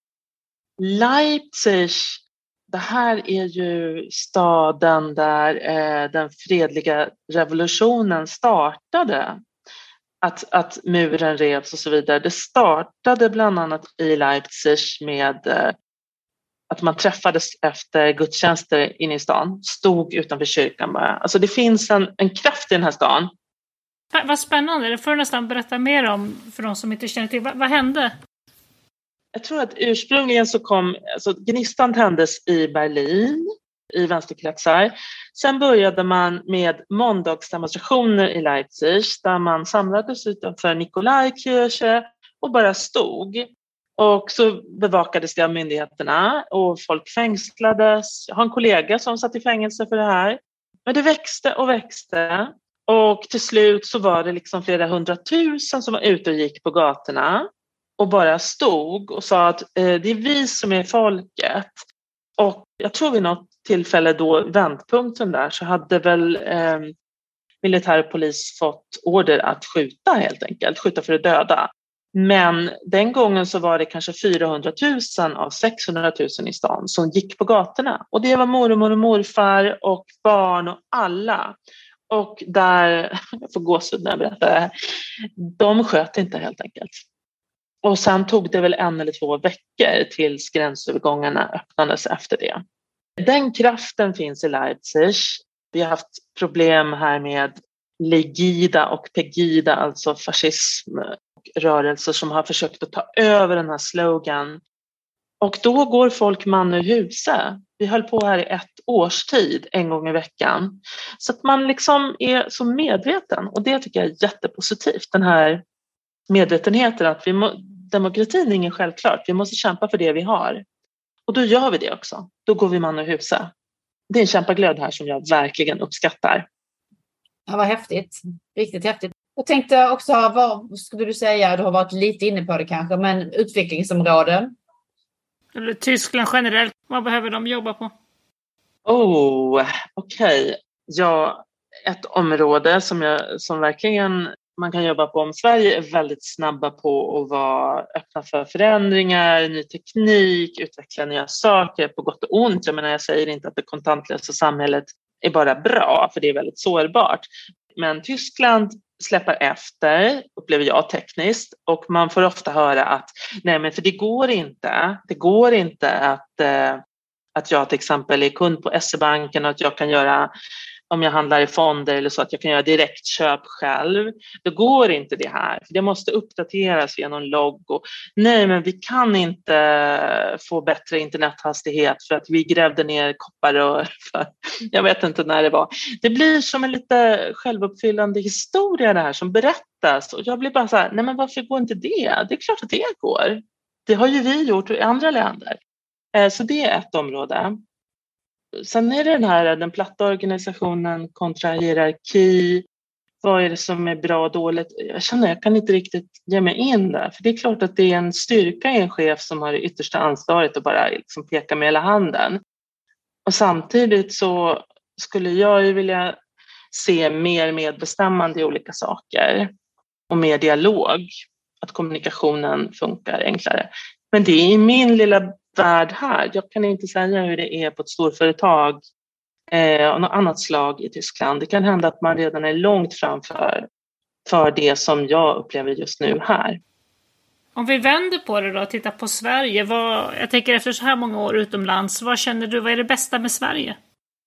Leipzig. Det här är ju staden där den fredliga revolutionen startade. Att muren revs och så vidare. Det startade bland annat i Leipzig med att man träffades efter gudstjänster inne i stan. Stod utanför kyrkan bara. Alltså det finns en kraft i den här stan. Vad spännande. Det får du nästan berätta mer om för de som inte känner till. Vad hände? Jag tror att ursprungligen så gnistan tändes i Berlin, i vänsterkretsar. Sen började man med måndagsdemonstrationer i Leipzig där man samlades utanför Nikolaikirche och bara stod. Och så bevakades det av myndigheterna och folk fängslades. Jag har en kollega som satt i fängelse för det här. Men det växte och växte. Och till slut så var det liksom flera 100 000 som var ute och gick på gatorna. Och bara stod och sa att det är vi som är folket. Och jag tror vid något tillfälle då, vändpunkten där, så hade väl militär och polis fått order att skjuta helt enkelt, skjuta för att döda. Men den gången så var det kanske 400 000 av 600 000 i stan som gick på gatorna. Och det var mormor och morfar och barn och alla. Och där, jag får gåshud när jag berättar det här, de sköt inte helt enkelt. Och sen tog det väl 1 eller 2 veckor tills gränsövergångarna öppnades efter det. Den kraften finns i Leipzig. Vi har haft problem här med Legida och Pegida, alltså fascism och rörelser som har försökt att ta över den här slogan. Och då går folk man ur huset. Vi höll på här i 1 års tid, 1 gång i veckan. Så att man liksom är så medveten, och det tycker jag är jättepositivt. Den här medvetenheten att demokratin är ingen självklart. Vi måste kämpa för det vi har. Och då gör vi det också. Då går vi man ur huset. Det är en kämpaglöd här som jag verkligen uppskattar. Ja, vad häftigt. Riktigt häftigt. Jag tänkte också, vad skulle du säga, du har varit lite inne på det kanske, men utvecklingsområden? Eller Tyskland generellt, vad behöver de jobba på? Okej. Ja, ett område som verkligen man kan jobba på, om Sverige är väldigt snabba på att vara öppna för förändringar, ny teknik, utveckla nya saker på gott och ont. Jag menar, jag säger inte att det kontantlösa samhället är bara bra, för det är väldigt sårbart. Men Tyskland släpper efter, upplever jag tekniskt, och man får ofta höra att nej, men för det går inte att jag till exempel är kund på SE-banken och att jag kan göra, om jag handlar i fonder eller så, att jag kan göra direktköp själv. Det går inte det här. För det måste uppdateras via någon logg. Och, nej, men vi kan inte få bättre internethastighet för att vi grävde ner kopparrör. Jag vet inte när det var. Det blir som en lite självuppfyllande historia det här som berättas. Och jag blir bara så här, nej men varför går inte det? Det är klart att det går. Det har ju vi gjort i andra länder. Så det är ett område. Sen är det den platta organisationen kontra hierarki. Vad är det som är bra och dåligt? Jag kan inte riktigt ge mig in där. För det är klart att det är en styrka i en chef som har det yttersta ansvaret och bara liksom peka med hela handen. Och samtidigt så skulle jag ju vilja se mer medbestämmande i olika saker. Och mer dialog. Att kommunikationen funkar enklare. Men det är i min lilla värld här. Jag kan inte säga hur det är på ett storföretag och något annat slag i Tyskland. Det kan hända att man redan är långt framför för det som jag upplever just nu här. Om vi vänder på det då och tittar på Sverige. Jag tänker efter så här många år utomlands, vad känner du, vad är det bästa med Sverige?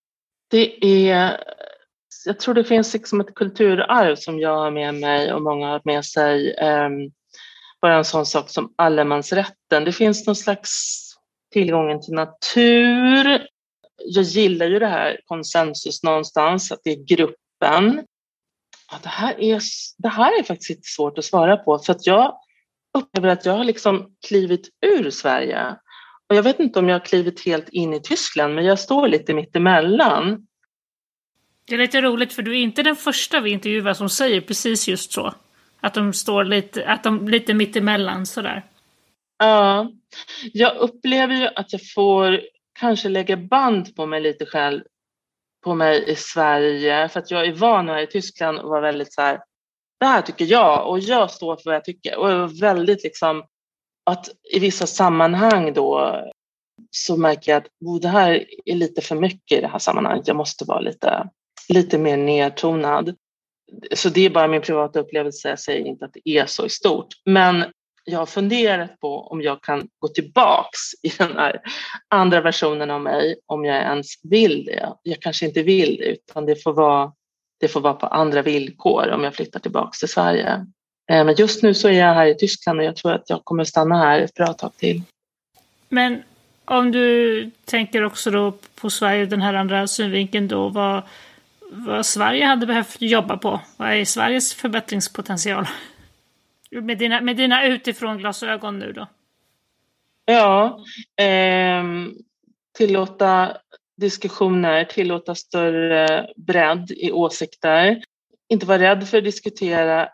Jag tror det finns liksom ett kulturarv som jag har med mig och många har med sig. Bara en sån sak som allemansrätten. Det finns någon slags tillgången till natur. Jag gillar ju det här konsensus någonstans, att det är gruppen. Ja, det här är faktiskt inte svårt att svara på, för att jag upplever att jag har liksom klivit ur Sverige. Och jag vet inte om jag har klivit helt in i Tyskland, men jag står lite mitt emellan. Det är lite roligt, för du är inte den första vi intervjuar som säger precis just så. Att de står lite mitt emellan sådär. Ja, jag upplever ju att jag får kanske lägga band på mig lite själv på mig i Sverige. För att jag är van här i Tyskland och var väldigt så här, det här tycker jag och jag står för vad jag tycker. Och jag var väldigt liksom, att i vissa sammanhang då så märker jag att det här är lite för mycket i det här sammanhanget. Jag måste vara lite mer nedtonad. Så det är bara min privata upplevelse, jag säger inte att det är så i stort. Men jag har funderat på om jag kan gå tillbaks i den här andra versionen av mig, om jag ens vill det. Jag kanske inte vill det, utan det får vara på andra villkor om jag flyttar tillbaks till Sverige. Men just nu så är jag här i Tyskland och jag tror att jag kommer stanna här ett bra tag till. Men om du tänker också då på Sverige, den här andra synvinkeln då, vad Sverige hade behövt jobba på? Vad är Sveriges förbättringspotential? Med dina utifrån glasögon nu då? Ja, tillåta diskussioner, tillåta större bredd i åsikter. Inte vara rädd för att diskutera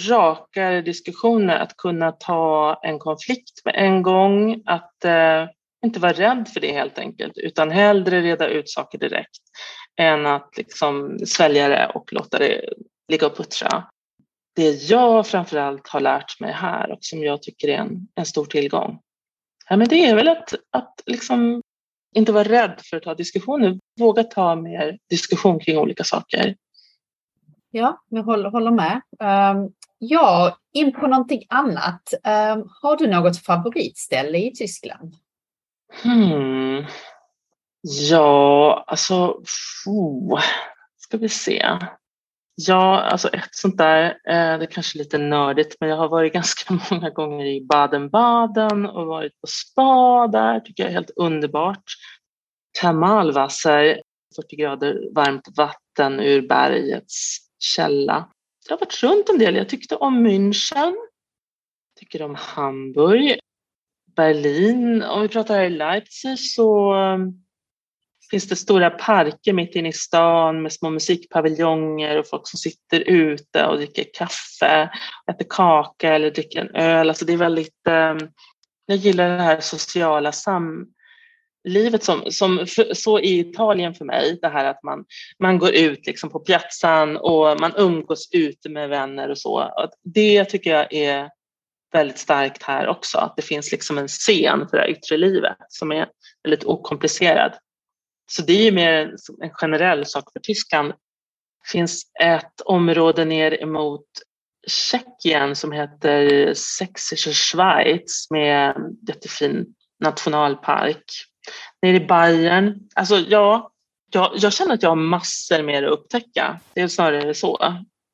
rakare diskussioner, att kunna ta en konflikt med en gång, att inte vara rädd för det helt enkelt, utan hellre reda ut saker direkt än att liksom svälja det och låta det ligga och puttra. Det jag framförallt har lärt mig här och som jag tycker är en stor tillgång, ja, men det är väl att liksom inte vara rädd för att ta diskussioner, våga ta mer diskussion kring olika saker. Ja, jag håller med. Ja, in på någonting annat. Har du något favoritställe i Tyskland? Ja, alltså, ska vi se. Ja, alltså ett sånt där, det är kanske lite nördigt, men jag har varit ganska många gånger i Baden-Baden och varit på spa där, tycker jag är helt underbart. Thermalwasser, 40 grader varmt vatten ur bergets källa. Jag har varit runt en del, jag tyckte om München, tycker om Hamburg, Berlin. Om vi pratar här i Leipzig så finns det stora parker mitt inne i stan med små musikpaviljonger och folk som sitter ute och dricker kaffe, äter kaka eller dricker en öl. Alltså det är väldigt, jag gillar det här sociala samlivet som så i Italien för mig. Det här att man går ut liksom på piazzan och man umgås ute med vänner och så. Det tycker jag är väldigt starkt här också. Att det finns liksom en scen för det yttre livet som är väldigt okomplicerad. Så det är ju mer en generell sak för Tyskland. Det finns ett område ner emot Tjeckien som heter Sächsische Schweiz med jättefin nationalpark. Nere i Bayern. Alltså jag känner att jag har massor mer att upptäcka. Det är snarare så.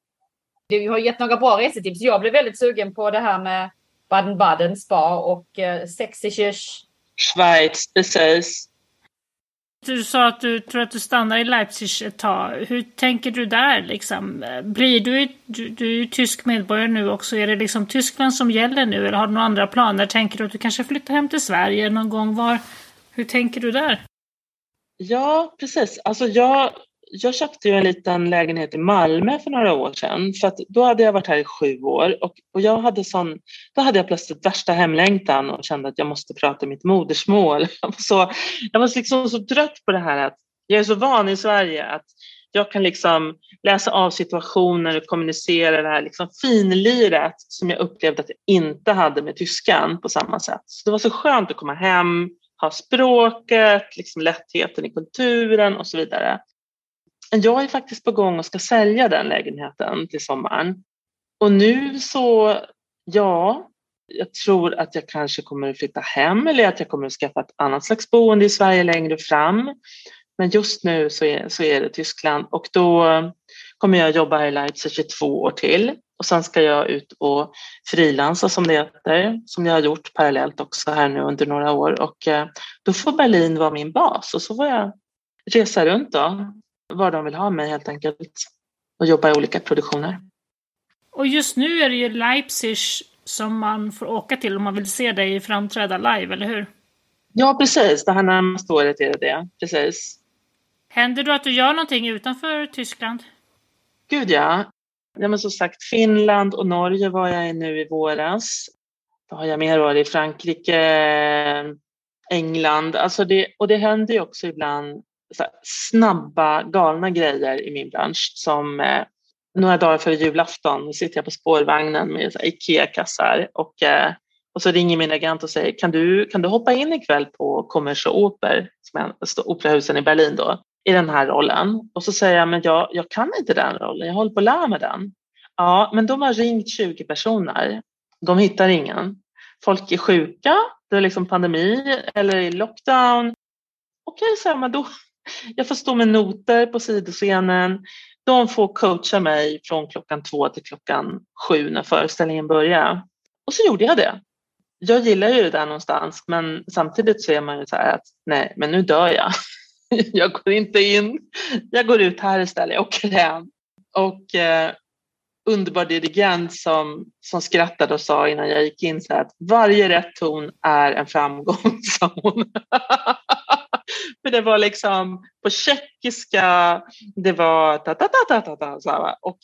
Du har gett några bra resetips. Jag blev väldigt sugen på det här med Baden-Baden spa och Sächsische Schweiz, precis. Du sa att du tror att du stannar i Leipzig ett tag. Hur tänker du där liksom? Blir du är ju tysk medborgare nu också. Är det liksom Tyskland som gäller nu? Eller har du några andra planer? Tänker du att du kanske flyttar hem till Sverige någon gång? Hur tänker du där? Ja, precis. Alltså jag köpte ju en liten lägenhet i Malmö för några år sedan. För att då hade jag varit här i 7 år. Och då hade jag plötsligt värsta hemlängtan och kände att jag måste prata mitt modersmål. Jag var liksom så trött på det här att jag är så van i Sverige att jag kan liksom läsa av situationer och kommunicera det här liksom finliret som jag upplevde att jag inte hade med tyskan på samma sätt. Så det var så skönt att komma hem, ha språket, liksom lättheten i kulturen och så vidare. Jag är faktiskt på gång och ska sälja den lägenheten till sommaren. Och nu så, ja, jag tror att jag kanske kommer att flytta hem eller att jag kommer att skaffa ett annat slags boende i Sverige längre fram. Men just nu så är det Tyskland och då kommer jag jobba här i Leipzig i 2 år till. Och sen ska jag ut och frilansa som det heter, som jag har gjort parallellt också här nu under några år. Och då får Berlin vara min bas och så får jag resa runt då. Var de vill ha mig helt enkelt och jobba i olika produktioner. Och just nu är det ju Leipzig som man får åka till om man vill se dig framträda live, eller hur? Ja, precis. Det här närmaste året är det. Precis. Händer det att du gör någonting utanför Tyskland? Gud ja. Ja, men som sagt, Finland och Norge var jag i nu i våras. Då har jag mer varit i Frankrike, England. Alltså det händer ju också ibland så här snabba, galna grejer i min bransch. Som några dagar före julafton sitter jag på spårvagnen med så här IKEA-kassar och så ringer min agent och säger kan du hoppa in ikväll på Kommersooper, som är operahusen i Berlin då, i den här rollen. Och så säger jag, men jag kan inte den rollen, jag håller på att lära mig den. Ja, men de har ringt 20 personer. De hittar ingen. Folk är sjuka, det är liksom pandemi eller i lockdown. Okej, säger man då. Jag får stå med noter på sidoscenen. De får coacha mig från 2 till 7 när föreställningen börjar. Och så gjorde jag det. Jag gillar ju det där någonstans, men samtidigt så är man ju så här att nej, men nu dör jag. Jag går inte in. Jag går ut här istället och åker hem. Och underbar dirigent som skrattade och sa innan jag gick in så här att varje rätt ton är en framgång, sa hon. För det var liksom på tjeckiska, det var ta-ta-ta-ta-ta, så här, och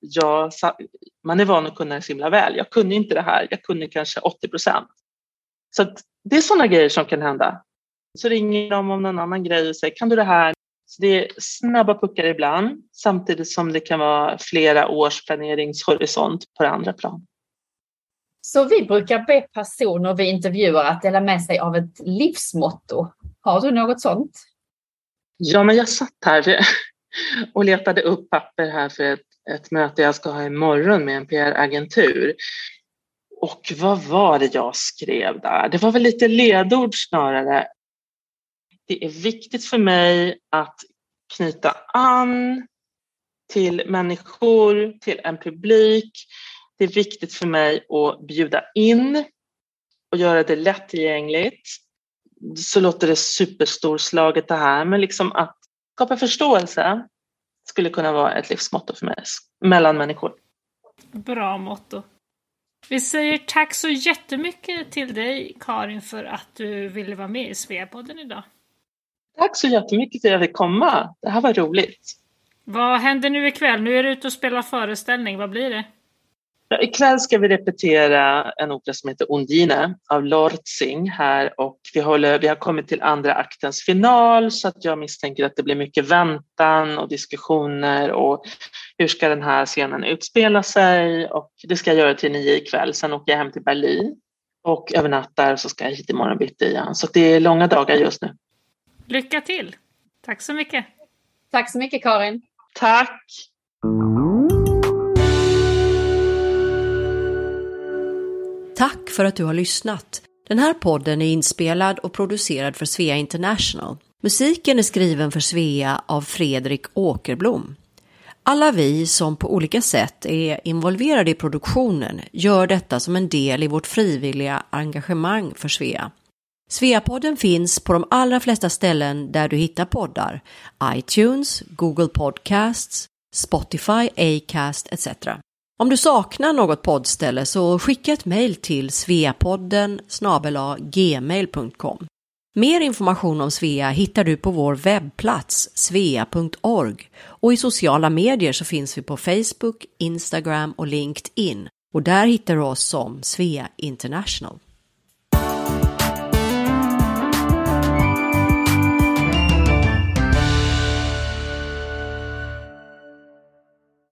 man är van att kunna det så himla väl. Jag kunde inte det här, jag kunde kanske 80%. Så att det är sådana grejer som kan hända. Så ringer de om någon annan grej och säger, kan du det här? Så det är snabba puckar ibland, samtidigt som det kan vara flera års planeringshorisont på det andra plan. Så vi brukar be personer vi intervjuar att dela med sig av ett livsmotto. Har du något sånt? Ja, men jag satt här och letade upp papper här för ett möte jag ska ha imorgon med en PR-agentur. Och vad var det jag skrev där? Det var väl lite ledord snarare. Det är viktigt för mig att knyta an till människor, till en publik. Det är viktigt för mig att bjuda in och göra det lättillgängligt. Så låter det superstorslaget det här, men liksom att skapa förståelse skulle kunna vara ett livsmotto för mig, mellan människor. Bra motto. Vi säger tack så jättemycket till dig, Karin, för att du ville vara med i Sveapodden idag. Tack så jättemycket för att jag fick komma. Det här var roligt. Vad händer nu ikväll? Nu är du ute och spelar föreställning. Vad blir det? Ja, ikväll ska vi repetera en opera som heter Undine av Lortzing här, och vi har kommit till andra aktens final, så att jag misstänker att det blir mycket väntan och diskussioner och hur ska den här scenen utspela sig, och det ska jag göra till 9 ikväll. Sen åker jag hem till Berlin och övernattar, så ska jag hit imorgon bitti igen. Så det är långa dagar just nu. Lycka till! Tack så mycket! Tack så mycket, Karin! Tack! Tack för att du har lyssnat. Den här podden är inspelad och producerad för Svea International. Musiken är skriven för Svea av Fredrik Åkerblom. Alla vi som på olika sätt är involverade i produktionen gör detta som en del i vårt frivilliga engagemang för Svea. Sveapodden finns på de allra flesta ställen där du hittar poddar. iTunes, Google Podcasts, Spotify, Acast etc. Om du saknar något poddställe så skicka ett mejl till sveapodden@gmail.com. Mer information om Svea hittar du på vår webbplats svea.org, och i sociala medier så finns vi på Facebook, Instagram och LinkedIn, och där hittar du oss som Svea International.